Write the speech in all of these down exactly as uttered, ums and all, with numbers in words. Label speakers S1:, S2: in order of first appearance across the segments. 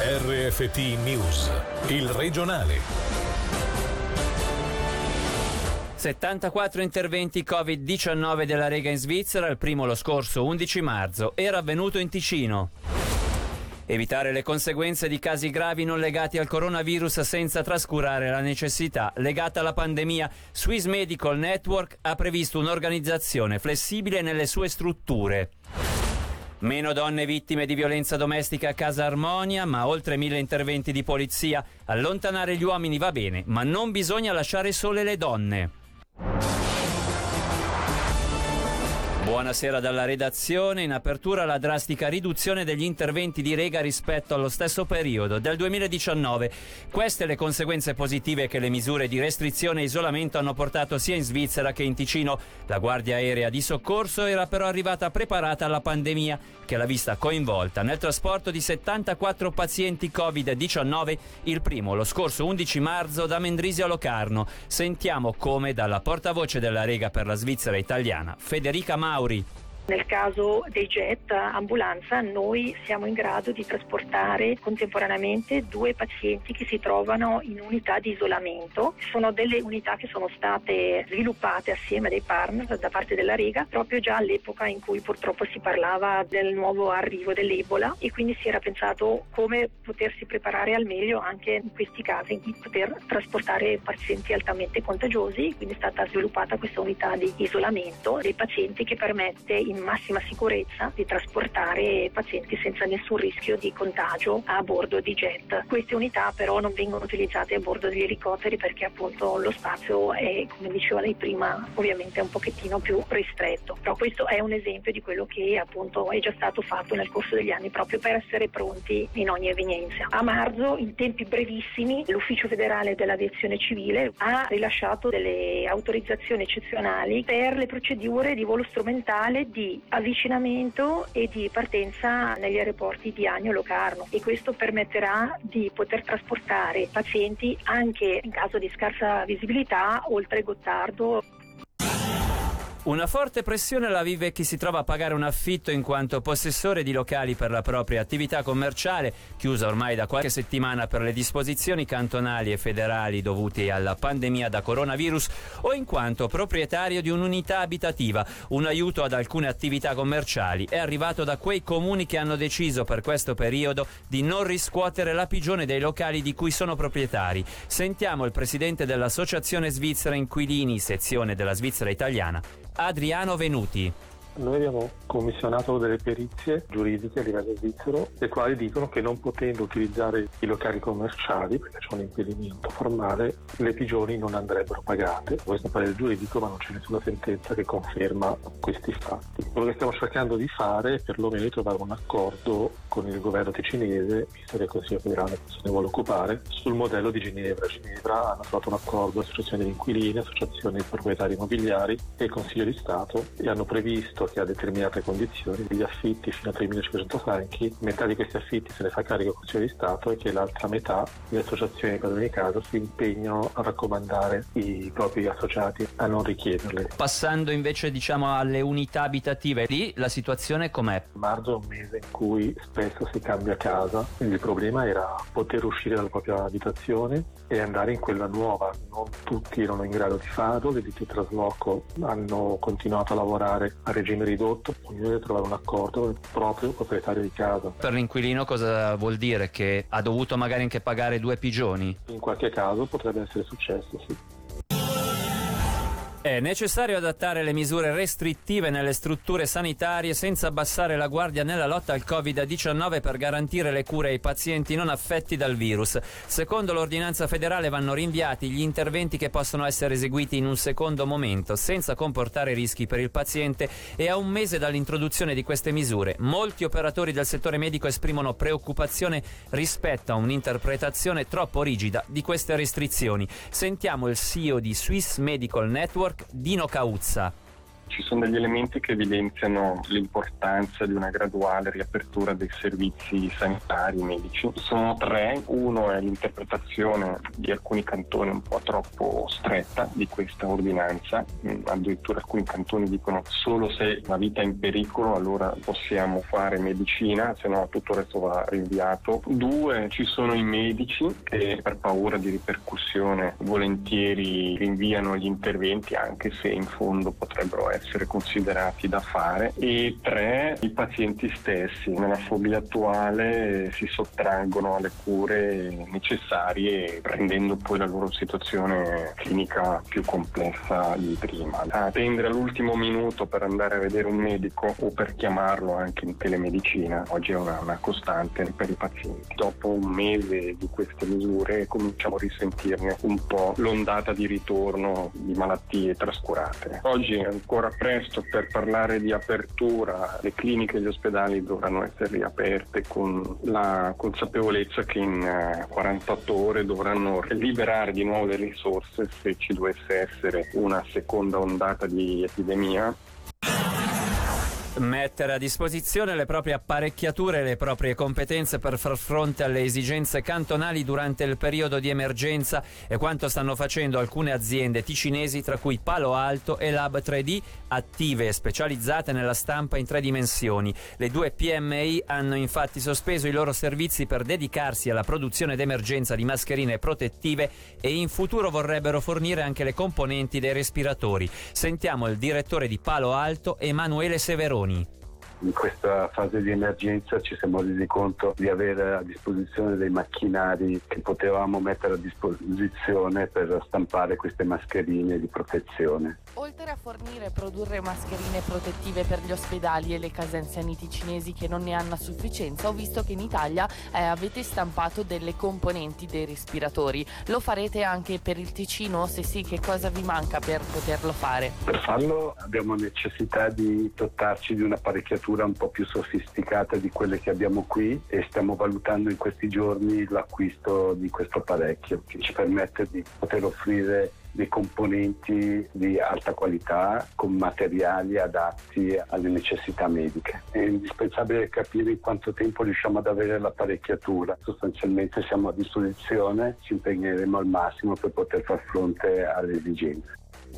S1: R F T News, il regionale.
S2: settantaquattro interventi covid diciannove della Lega in Svizzera, il primo lo scorso undici marzo, era avvenuto in Ticino. Evitare le conseguenze di casi gravi non legati al coronavirus senza trascurare la necessità legata alla pandemia. Swiss Medical Network ha previsto un'organizzazione flessibile nelle sue strutture. Meno donne vittime di violenza domestica a Casa Armonia, ma oltre mille interventi di polizia. Allontanare gli uomini va bene, ma non bisogna lasciare sole le donne. Buonasera dalla redazione. In apertura la drastica riduzione degli interventi di Lega rispetto allo stesso periodo del duemiladiciannove. Queste le conseguenze positive che le misure di restrizione e isolamento hanno portato sia in Svizzera che in Ticino. La Guardia Aerea di Soccorso era però arrivata preparata alla pandemia, che l'ha vista coinvolta nel trasporto di settantaquattro pazienti covid diciannove, il primo lo scorso undici marzo da Mendrisio a Locarno. Sentiamo come dalla portavoce della Lega per la Svizzera italiana, Federica Mauri.
S3: Nel caso dei jet ambulanza noi siamo in grado di trasportare contemporaneamente due pazienti che si trovano in unità di isolamento. Sono delle unità che sono state sviluppate assieme dai partner da parte della Lega proprio già all'epoca in cui purtroppo si parlava del nuovo arrivo dell'Ebola, e quindi si era pensato come potersi preparare al meglio anche in questi casi di poter trasportare pazienti altamente contagiosi. Quindi è stata sviluppata questa unità di isolamento dei pazienti che permette in massima sicurezza di trasportare pazienti senza nessun rischio di contagio a bordo di jet. Queste unità però non vengono utilizzate a bordo degli elicotteri perché appunto lo spazio è, come diceva lei prima, ovviamente un pochettino più ristretto. Però questo è un esempio di quello che appunto è già stato fatto nel corso degli anni proprio per essere pronti in ogni evenienza. A marzo, in tempi brevissimi, l'Ufficio federale dell'aviazione civile ha rilasciato delle autorizzazioni eccezionali per le procedure di volo strumentale di avvicinamento e di partenza negli aeroporti di Agno e Locarno, e questo permetterà di poter trasportare pazienti anche in caso di scarsa visibilità oltre Gottardo.
S2: Una forte pressione la vive chi si trova a pagare un affitto in quanto possessore di locali per la propria attività commerciale, chiusa ormai da qualche settimana per le disposizioni cantonali e federali dovute alla pandemia da coronavirus, o in quanto proprietario di un'unità abitativa. Un aiuto ad alcune attività commerciali è arrivato da quei comuni che hanno deciso per questo periodo di non riscuotere la pigione dei locali di cui sono proprietari. Sentiamo il presidente dell'Associazione Svizzera Inquilini, sezione della Svizzera italiana, Adriano Venuti.
S4: Noi abbiamo commissionato delle perizie giuridiche a livello svizzero, le quali dicono che non potendo utilizzare i locali commerciali, perché c'è un impedimento formale, le pigioni non andrebbero pagate. Questo è un parere giuridico, ma non c'è nessuna sentenza che conferma questi fatti. Quello che stiamo cercando di fare è perlomeno di trovare un accordo con il governo ticinese, visto che il Consiglio federale se ne vuole occupare, sul modello di Ginevra. Ginevra hanno trovato un accordo associazione di inquilini, associazione di proprietari immobiliari e il Consiglio di Stato, e hanno previsto che a determinate condizioni gli affitti fino a tremilacinquecento franchi, metà di questi affitti se ne fa carico il Consiglio di Stato e che l'altra metà le associazioni di padroni di casa si impegnano a raccomandare i propri associati a non richiederle.
S2: Passando invece diciamo alle unità abitative, lì la situazione com'è?
S4: Marzo è un mese in cui spesso si cambia casa, quindi il problema era poter uscire dalla propria abitazione e andare in quella nuova. Non tutti erano in grado di farlo, le ditte di trasloco hanno continuato a lavorare a regime ridotto, ognuno deve trovare un accordo con il proprio proprietario di casa.
S2: Per l'inquilino cosa vuol dire? Che ha dovuto magari anche pagare due pigioni?
S4: In qualche caso potrebbe essere successo, sì.
S2: È necessario adattare le misure restrittive nelle strutture sanitarie senza abbassare la guardia nella lotta al covid diciannove per garantire le cure ai pazienti non affetti dal virus. Secondo l'ordinanza federale vanno rinviati gli interventi che possono essere eseguiti in un secondo momento senza comportare rischi per il paziente, e a un mese dall'introduzione di queste misure molti operatori del settore medico esprimono preoccupazione rispetto a un'interpretazione troppo rigida di queste restrizioni. Sentiamo il C E O di Swiss Medical Network, Dino Cauzza.
S5: Ci sono degli elementi che evidenziano l'importanza di una graduale riapertura dei servizi sanitari medici. Sono tre. Uno è l'interpretazione di alcuni cantoni un po' troppo stretta di questa ordinanza, addirittura alcuni cantoni dicono solo se la vita è in pericolo allora possiamo fare medicina, se no tutto il resto va rinviato. Due, ci sono i medici che per paura di ripercussione volentieri rinviano gli interventi anche se in fondo potrebbero essere considerati da fare. E tre, i pazienti stessi nella fobia attuale si sottraggono alle cure necessarie rendendo poi la loro situazione clinica più complessa di prima. Attendere all'ultimo minuto per andare a vedere un medico o per chiamarlo anche in telemedicina oggi è una, una costante per i pazienti. Dopo un mese di queste misure cominciamo a risentirne un po' l'ondata di ritorno di malattie trascurate. Oggi è ancora presto per parlare di apertura, le cliniche e gli ospedali dovranno essere riaperte con la consapevolezza che in quarantotto ore dovranno liberare di nuovo le risorse se ci dovesse essere una seconda ondata di epidemia.
S2: Mettere a disposizione le proprie apparecchiature e le proprie competenze per far fronte alle esigenze cantonali durante il periodo di emergenza è quanto stanno facendo alcune aziende ticinesi, tra cui Palo Alto e Lab tre D, attive e specializzate nella stampa in tre dimensioni. Le due P M I hanno infatti sospeso i loro servizi per dedicarsi alla produzione d'emergenza di mascherine protettive e in futuro vorrebbero fornire anche le componenti dei respiratori. Sentiamo il direttore di Palo Alto, Emanuele Severoni.
S6: In questa fase di emergenza ci siamo resi conto di avere a disposizione dei macchinari che potevamo mettere a disposizione per stampare queste mascherine di protezione.
S7: Oltre a fornire e produrre mascherine protettive per gli ospedali e le case anzianiti cinesi che non ne hanno a sufficienza, ho visto che in Italia eh, avete stampato delle componenti dei respiratori. Lo farete anche per il Ticino? Se sì, che cosa vi manca per poterlo fare?
S6: Per farlo abbiamo necessità di dotarci di un'apparecchiatura un po' più sofisticata di quelle che abbiamo qui e stiamo valutando in questi giorni l'acquisto di questo apparecchio che ci permette di poter offrire dei componenti di alta qualità con materiali adatti alle necessità mediche. È indispensabile capire in quanto tempo riusciamo ad avere l'apparecchiatura. Sostanzialmente siamo a disposizione, ci impegneremo al massimo per poter far fronte alle esigenze.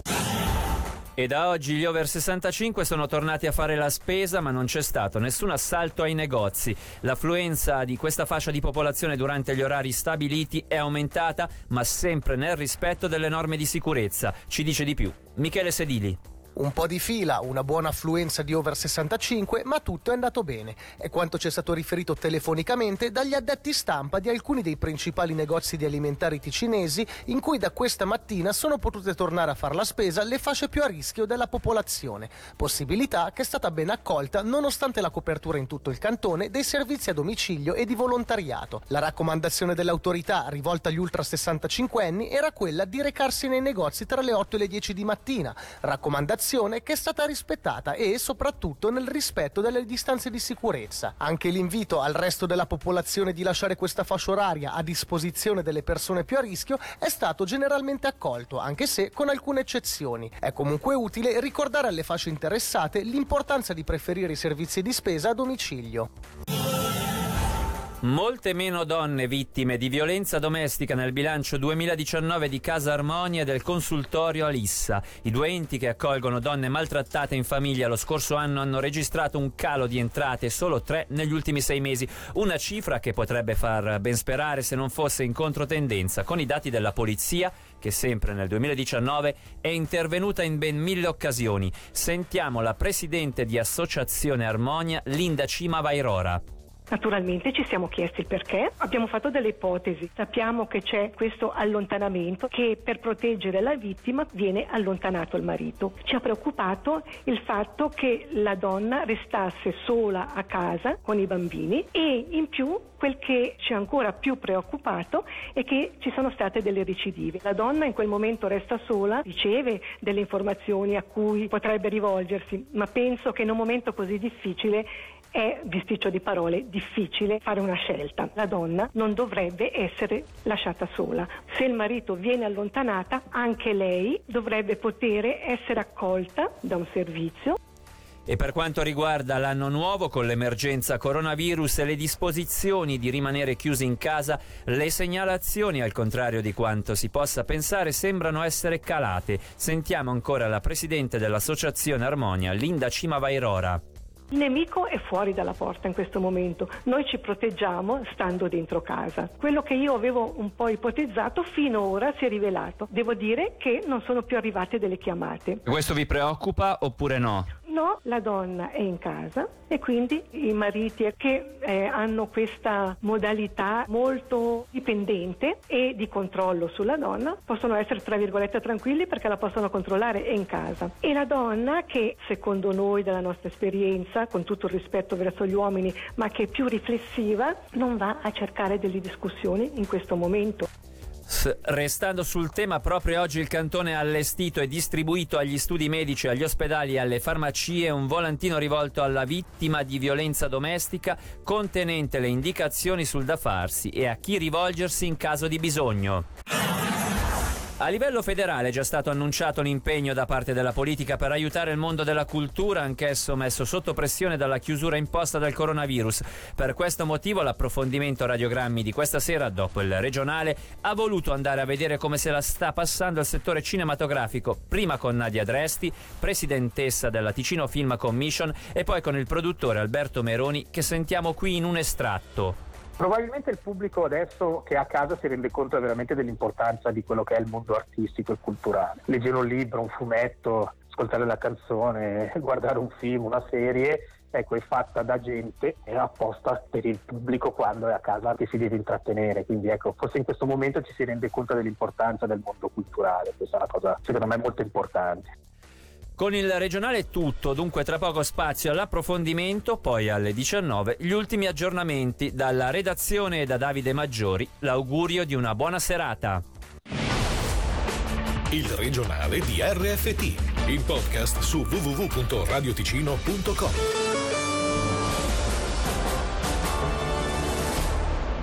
S2: E da oggi gli over sessantacinque sono tornati a fare la spesa, ma non c'è stato nessun assalto ai negozi. L'affluenza di questa fascia di popolazione durante gli orari stabiliti è aumentata, ma sempre nel rispetto delle norme di sicurezza. Ci dice di più Michele Sedili.
S8: Un po' di fila, una buona affluenza di over sessantacinque, ma tutto è andato bene. È quanto ci è stato riferito telefonicamente dagli addetti stampa di alcuni dei principali negozi di alimentari ticinesi, in cui da questa mattina sono potute tornare a far la spesa le fasce più a rischio della popolazione. Possibilità che è stata ben accolta nonostante la copertura in tutto il cantone dei servizi a domicilio e di volontariato. La raccomandazione dell'autorità rivolta agli ultra sessantacinquenni era quella di recarsi nei negozi tra le otto e le dieci di mattina. Raccomandazione che è stata rispettata e soprattutto nel rispetto delle distanze di sicurezza. Anche l'invito al resto della popolazione di lasciare questa fascia oraria a disposizione delle persone più a rischio è stato generalmente accolto, anche se con alcune eccezioni. È comunque utile ricordare alle fasce interessate l'importanza di preferire i servizi di spesa a domicilio.
S2: Molte meno donne vittime di violenza domestica nel bilancio duemiladiciannove di Casa Armonia e del consultorio Alissa. I due enti che accolgono donne maltrattate in famiglia lo scorso anno hanno registrato un calo di entrate, solo tre negli ultimi sei mesi, una cifra che potrebbe far ben sperare se non fosse in controtendenza con i dati della polizia, che sempre nel duemiladiciannove è intervenuta in ben mille occasioni. Sentiamo la presidente di Associazione Armonia, Linda Cima Vairora.
S9: Naturalmente ci siamo chiesti il perché, abbiamo fatto delle ipotesi, sappiamo che c'è questo allontanamento, che per proteggere la vittima viene allontanato il marito. Ci ha preoccupato il fatto che la donna restasse sola a casa con i bambini e in più quel che ci ha ancora più preoccupato è che ci sono state delle recidive. La donna in quel momento resta sola, riceve delle informazioni a cui potrebbe rivolgersi, ma penso che in un momento così difficile È, bisticcio di parole, difficile fare una scelta. La donna non dovrebbe essere lasciata sola. Se il marito viene allontanata, anche lei dovrebbe poter essere accolta da un servizio.
S2: E per quanto riguarda l'anno nuovo, con l'emergenza coronavirus e le disposizioni di rimanere chiusi in casa, le segnalazioni, al contrario di quanto si possa pensare, sembrano essere calate. Sentiamo ancora la presidente dell'Associazione Armonia, Linda Cimavairora.
S9: Il nemico è fuori dalla porta in questo momento, noi ci proteggiamo stando dentro casa. Quello che io avevo un po' ipotizzato finora si è rivelato. Devo dire che non sono più arrivate delle chiamate.
S2: Questo vi preoccupa oppure no?
S9: No, la donna è in casa e quindi i mariti che eh, hanno questa modalità molto dipendente e di controllo sulla donna possono essere tra virgolette tranquilli perché la possono controllare è in casa. E la donna che, secondo noi, dalla nostra esperienza, con tutto il rispetto verso gli uomini, ma che è più riflessiva, non va a cercare delle discussioni in questo momento.
S2: Restando sul tema, proprio oggi il Cantone ha allestito e distribuito agli studi medici, agli ospedali e alle farmacie un volantino rivolto alla vittima di violenza domestica contenente le indicazioni sul da farsi e a chi rivolgersi in caso di bisogno. A livello federale è già stato annunciato l'impegno da parte della politica per aiutare il mondo della cultura, anch'esso messo sotto pressione dalla chiusura imposta dal coronavirus. Per questo motivo l'approfondimento radiogrammi di questa sera, dopo il regionale, ha voluto andare a vedere come se la sta passando il settore cinematografico, prima con Nadia Dresti, presidentessa della Ticino Film Commission, e poi con il produttore Alberto Meroni, che sentiamo qui in un estratto.
S10: Probabilmente il pubblico adesso che è a casa si rende conto veramente dell'importanza di quello che è il mondo artistico e culturale. Leggere un libro, un fumetto, ascoltare la canzone, guardare un film, una serie, ecco, è fatta da gente apposta per il pubblico quando è a casa che si deve intrattenere. Quindi ecco, forse in questo momento ci si rende conto dell'importanza del mondo culturale. Questa è una cosa secondo me molto importante.
S2: Con il regionale è tutto, dunque tra poco spazio all'approfondimento, poi alle diciannove gli ultimi aggiornamenti dalla redazione e da Davide Maggiori, l'augurio di una buona serata.
S1: Il regionale di R F T, il podcast su w w w punto radioticino punto com.